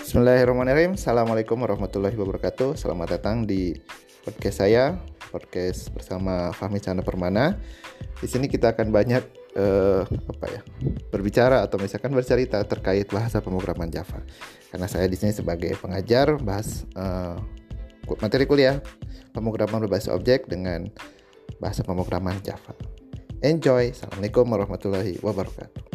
Bismillahirrahmanirrahim. Assalamualaikum warahmatullahi wabarakatuh. Selamat datang di podcast saya, podcast bersama Fahmi Chandra Permana. Di sini kita akan banyak berbicara atau misalkan bercerita terkait bahasa pemrograman Java. Karena saya di sini sebagai pengajar bahas materi kuliah pemrograman berbasis objek dengan bahasa pemrograman Java. Enjoy. Assalamualaikum warahmatullahi wabarakatuh.